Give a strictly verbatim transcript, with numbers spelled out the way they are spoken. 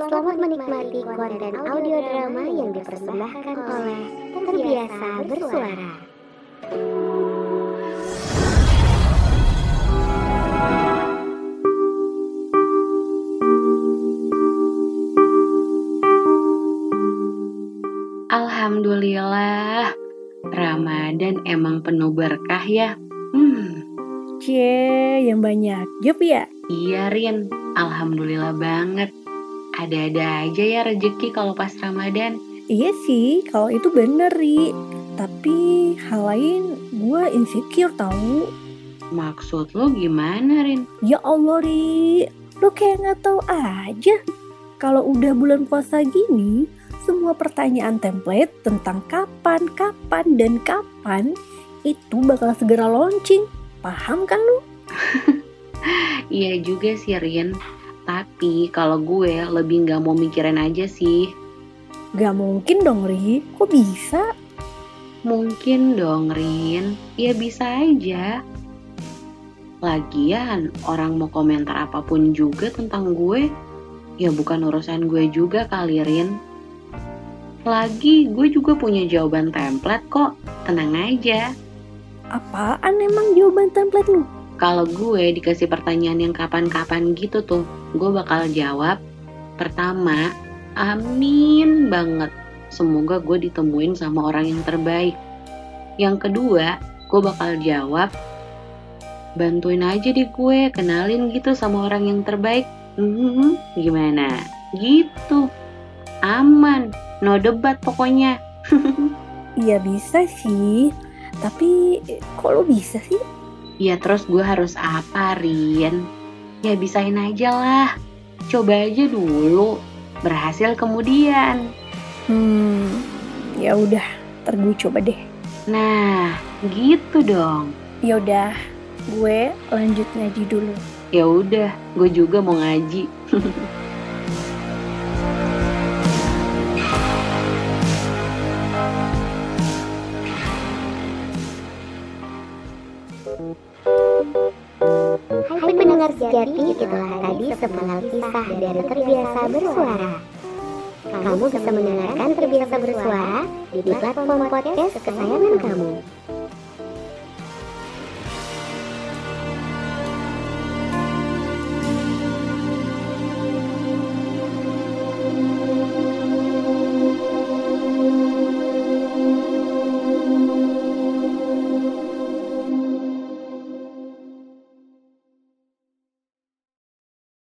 Selamat menikmati konten audio drama yang dipersembahkan oleh Terbiasa Bersuara. Alhamdulillah, Ramadan emang penuh berkah ya. Hmm, Cie, yang banyak job ya? iya Rin, alhamdulillah banget. Ada-ada aja ya rezeki kalau pas Ramadan. Iya sih, kalau itu bener, Ri. Tapi hal lain gue insecure tahu. Maksud lo gimana Rin? Ya Allah, Ri. Lo kayak gak tahu aja. Kalau udah bulan puasa gini, semua pertanyaan template tentang kapan, kapan, dan kapan itu bakal segera launching. Paham kan lu? Iya juga sih Rin. Tapi kalau gue lebih gak mau mikirin aja sih. Gak mungkin dong, Ri. Kok bisa? Mungkin dong Rin. Ya bisa aja. Lagian orang mau komentar apapun juga tentang gue, ya bukan urusan gue juga kali Rin. Lagi gue juga punya jawaban template kok. Tenang aja. Apaan emang jawaban template lu? Kalau gue dikasih pertanyaan yang kapan-kapan gitu tuh, gue bakal jawab. Pertama, amin banget. Semoga gue ditemuin sama orang yang terbaik. Yang kedua, gue bakal jawab, bantuin aja deh gue, kenalin gitu sama orang yang terbaik. Hmm, gimana? Gitu. Aman, no debat pokoknya. Iya bisa sih. Tapi kok lo bisa sih? Ya terus gue harus apa Rin? Ya bisain aja lah. Coba aja dulu. Berhasil kemudian. Hmm, ya udah, ntar gue coba deh. Nah, gitu dong. Ya udah, gue lanjut ngaji dulu. Ya udah, gue juga mau ngaji. Hai pendengar sejati, itulah tadi sepenggal kisah dari Terbiasa Bersuara. Kamu bisa mendengarkan Terbiasa Bersuara di platform podcast kesayangan kamu.